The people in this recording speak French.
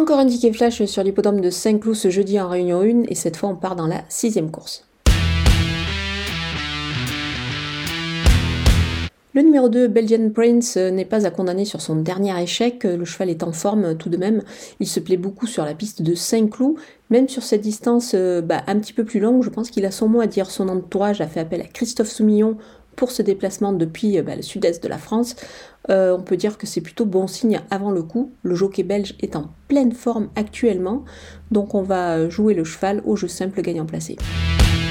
Encore un ticket flash sur l'hippodrome de Saint-Cloud ce jeudi en Réunion 1 et cette fois on part dans la 6e course. Le numéro 2, Belgian Prince, n'est pas à condamner sur son dernier échec. Le cheval est en forme tout de même. Il se plaît beaucoup sur la piste de Saint-Cloud. Même sur cette distance un petit peu plus longue, je pense qu'il a son mot à dire. Son entourage a fait appel à Christophe Soumillon pour ce déplacement depuis le sud-est de la France. On peut dire que c'est plutôt bon signe avant le coup. Le jockey belge est en pleine forme actuellement. Donc on va jouer le cheval au jeu simple gagnant placé.